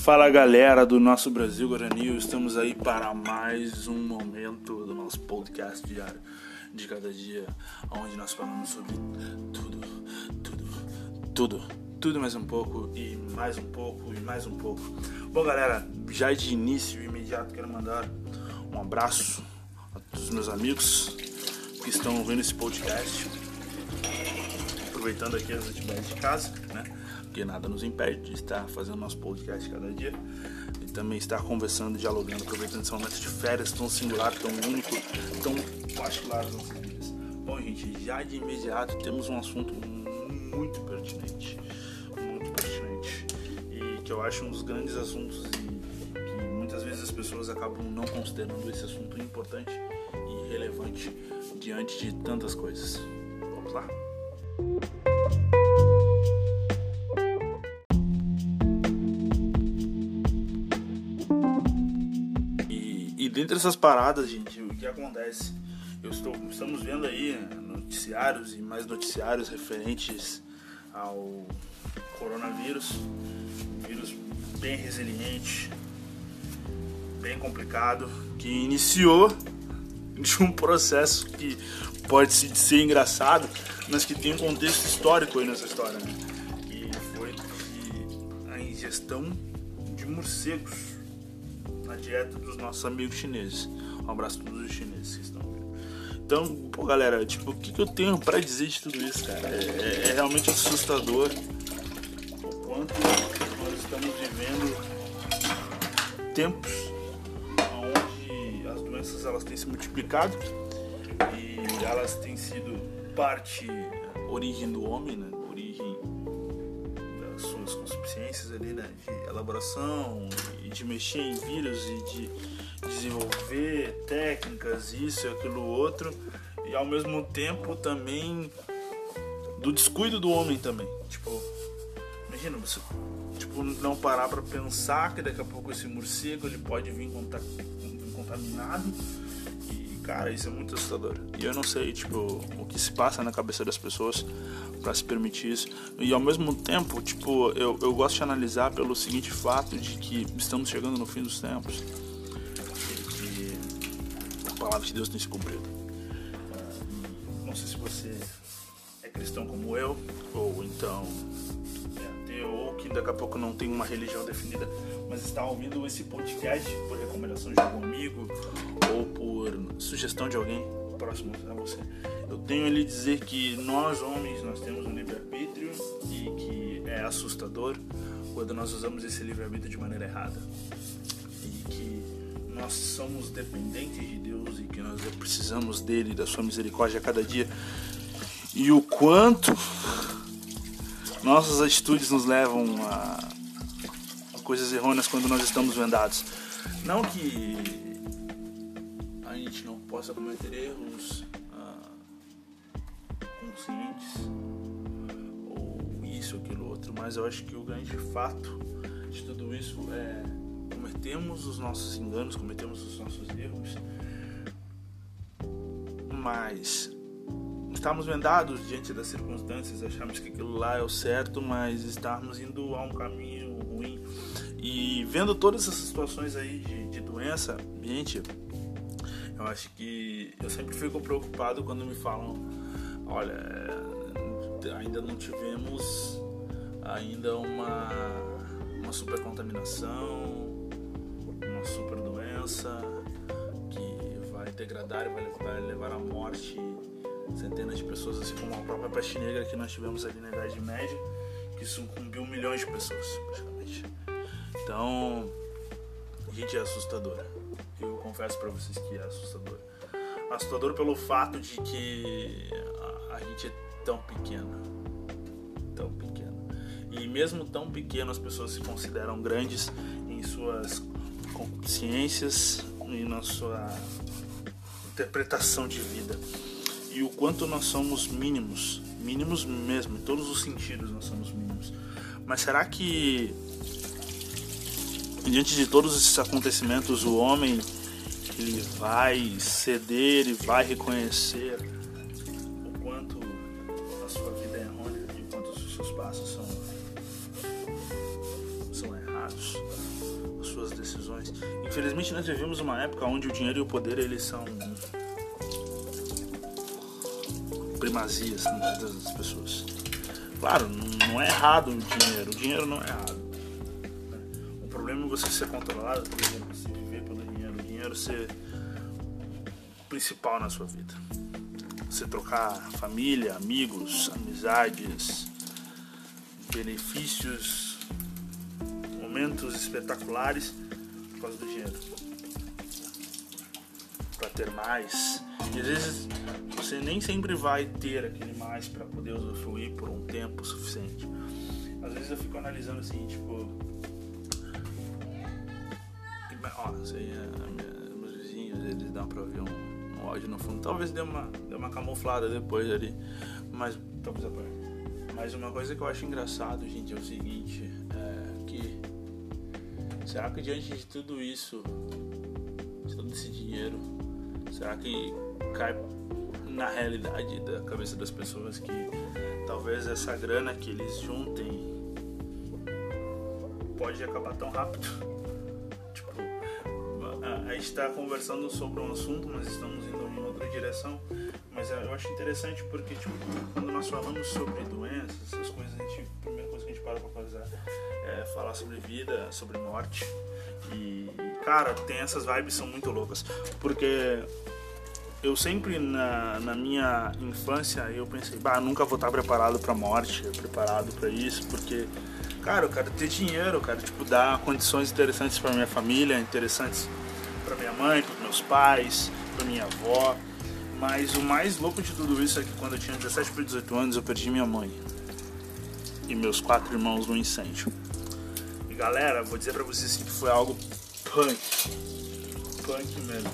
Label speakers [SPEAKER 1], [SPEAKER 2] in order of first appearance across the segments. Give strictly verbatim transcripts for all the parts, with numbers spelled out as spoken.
[SPEAKER 1] Fala galera do nosso Brasil Guarani, estamos aí para mais um momento do nosso podcast diário de cada dia, onde nós falamos sobre tudo, tudo, tudo, tudo mais um pouco e mais um pouco e mais um pouco. Bom galera, já de início imediato quero mandar um abraço a todos os meus amigos que estão ouvindo esse podcast, aproveitando aqui as atividades de casa, né? Porque nada nos impede de estar fazendo nosso podcast cada dia e também estar conversando, dialogando, aproveitando esse momento de férias tão singular, tão único, tão particular das nossas vidas. Bom, gente, já de imediato temos um assunto muito pertinente, muito pertinente e que eu acho um dos grandes assuntos e que muitas vezes as pessoas acabam não considerando esse assunto importante e relevante diante de tantas coisas. Vamos lá? E dentre essas paradas, gente, o que acontece? Eu estou, estamos vendo aí noticiários e mais noticiários referentes ao coronavírus, um vírus bem resiliente, bem complicado, que iniciou de um processo que pode ser engraçado, mas que tem um contexto histórico aí nessa história, né? Que foi de a ingestão de morcegos na dieta dos nossos amigos chineses. Um abraço a todos os chineses que estão vendo. Então, pô galera, tipo, o que, que eu tenho pra dizer de tudo isso, cara? É, é, é realmente assustador o quanto nós estamos vivendo tempos onde as doenças elas têm se multiplicado e elas têm sido parte, origem do homem, né? Origem das suas consciências ali, né? De elaboração e de mexer em vírus e de desenvolver técnicas, isso e aquilo outro, e ao mesmo tempo também do descuido do homem também. Tipo, imagina você tipo, não parar pra pensar que daqui a pouco esse morcego ele pode vir contaminado. Cara, isso é muito assustador. E eu não sei, tipo, o que se passa na cabeça das pessoas pra se permitir isso. E ao mesmo tempo, tipo, eu, eu gosto de analisar pelo seguinte fato de que estamos chegando no fim dos tempos. E que a palavra de Deus tem se cumprido. Uh, não sei se você é cristão como eu, ou então é ateu, ou que daqui a pouco não tem uma religião definida, mas está ouvindo esse podcast por recomendação de algum amigo ou por sugestão de alguém próximo a você. Eu tenho a lhe dizer que nós homens nós temos um livre-arbítrio e que é assustador quando nós usamos esse livre-arbítrio de maneira errada e que nós somos dependentes de Deus e que nós precisamos dele, da sua misericórdia a cada dia, e o quanto nossas atitudes nos levam a coisas errôneas quando nós estamos vendados. Não que a gente não possa cometer erros ah, conscientes ou isso, aquilo, outro, mas eu acho que o grande fato de tudo isso é cometemos os nossos enganos, cometemos os nossos erros, mas estamos vendados diante das circunstâncias, achamos que aquilo lá é o certo, mas estamos indo a um caminho ruim. E vendo todas essas situações aí de, de doença, gente, eu acho que eu sempre fico preocupado quando me falam, olha, ainda não tivemos ainda uma, uma super contaminação, uma super doença que vai degradar e vai, vai levar à morte centenas de pessoas, assim como a própria peste negra que nós tivemos ali na Idade Média, que sucumbiu milhões de pessoas, praticamente. Então, gente, é assustador. Eu confesso pra vocês que é assustador. Assustador pelo fato de que a, a gente é tão pequeno. Tão pequeno. E mesmo tão pequeno, as pessoas se consideram grandes em suas consciências e na sua interpretação de vida. E o quanto nós somos mínimos. Mínimos mesmo, em todos os sentidos nós somos mínimos. Mas será que diante de todos esses acontecimentos o homem ele vai ceder, ele vai reconhecer o quanto a sua vida é errônea e o quanto os seus passos são são errados as suas decisões. Infelizmente nós vivemos uma época onde o dinheiro e o poder eles são primazias na vida das pessoas. Claro, não é errado o dinheiro, o dinheiro não é errado. O problema é você ser controlado, por exemplo, você viver pelo dinheiro, o dinheiro ser principal na sua vida. Você trocar família, amigos, amizades, benefícios, momentos espetaculares por causa do dinheiro. Para ter mais. E às vezes você nem sempre vai ter aquele mais para poder usufruir por um tempo suficiente. Às vezes eu fico analisando assim, tipo... Ó, isso aí é, meus vizinhos, eles dão pra ouvir um, um áudio no fundo. Talvez dê uma, dê uma camuflada depois ali, mas talvez apague. Mas uma coisa que eu acho engraçado, gente, é o seguinte, é que será que diante de tudo isso, de todo esse dinheiro, será que cai na realidade da cabeça das pessoas que talvez essa grana que eles juntem pode acabar tão rápido? Tipo, a gente está conversando sobre um assunto, mas estamos indo em outra direção. Mas eu acho interessante porque, tipo, quando nós falamos sobre doenças, essas coisas, a, gente, a primeira coisa que a gente para pra fazer é falar sobre vida, sobre morte. E, cara, tem essas vibes, são muito loucas. Porque eu sempre, na, na minha infância, eu pensei, bah, nunca vou estar preparado pra morte, preparado pra isso, porque, cara, eu quero ter dinheiro, eu quero, tipo, dar condições interessantes pra minha família, interessantes pra minha mãe, pros meus pais, pra minha avó. Mas o mais louco de tudo isso é que quando eu tinha dezessete para dezoito anos eu perdi minha mãe e meus quatro irmãos no incêndio. E galera, vou dizer pra vocês assim, que foi algo punk, punk mesmo.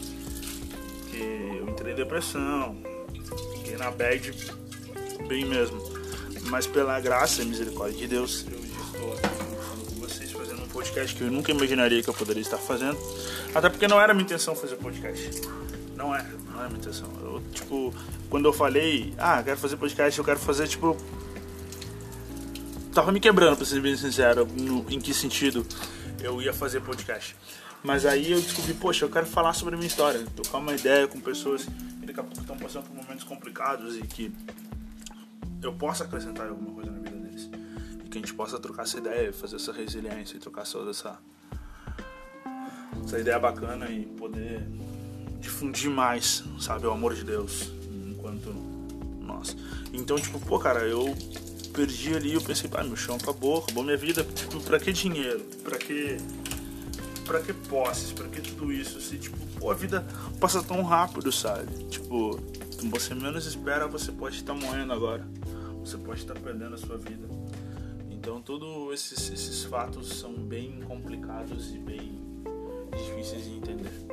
[SPEAKER 1] Que eu entrei em depressão, fiquei na bad bem mesmo. Mas pela graça e misericórdia de Deus, eu estou aqui conversando com vocês, fazendo um podcast que eu nunca imaginaria que eu poderia estar fazendo. Até porque não era minha intenção fazer podcast. Não é, não é a minha intenção. Eu, tipo, quando eu falei, ah, quero fazer podcast, eu quero fazer, tipo... Tava me quebrando, pra ser bem sincero, no, em que sentido eu ia fazer podcast. Mas aí eu descobri, poxa, eu quero falar sobre a minha história, trocar uma ideia com pessoas que daqui a pouco estão passando por momentos complicados e que eu possa acrescentar alguma coisa na vida deles. E que a gente possa trocar essa ideia, fazer essa resiliência e trocar toda essa, essa ideia bacana e poder... difundir mais, sabe, o amor de Deus enquanto nós. Então, tipo, pô, cara, eu perdi ali, eu pensei, ah, meu chão acabou, acabou minha vida, tipo, pra que dinheiro? Pra que pra que posses? Pra que tudo isso? Se, tipo, pô, a vida passa tão rápido, sabe? Tipo, você menos espera, você pode estar morrendo agora. Você pode estar perdendo a sua vida. Então, todos esses, esses fatos são bem complicados e bem difíceis de entender.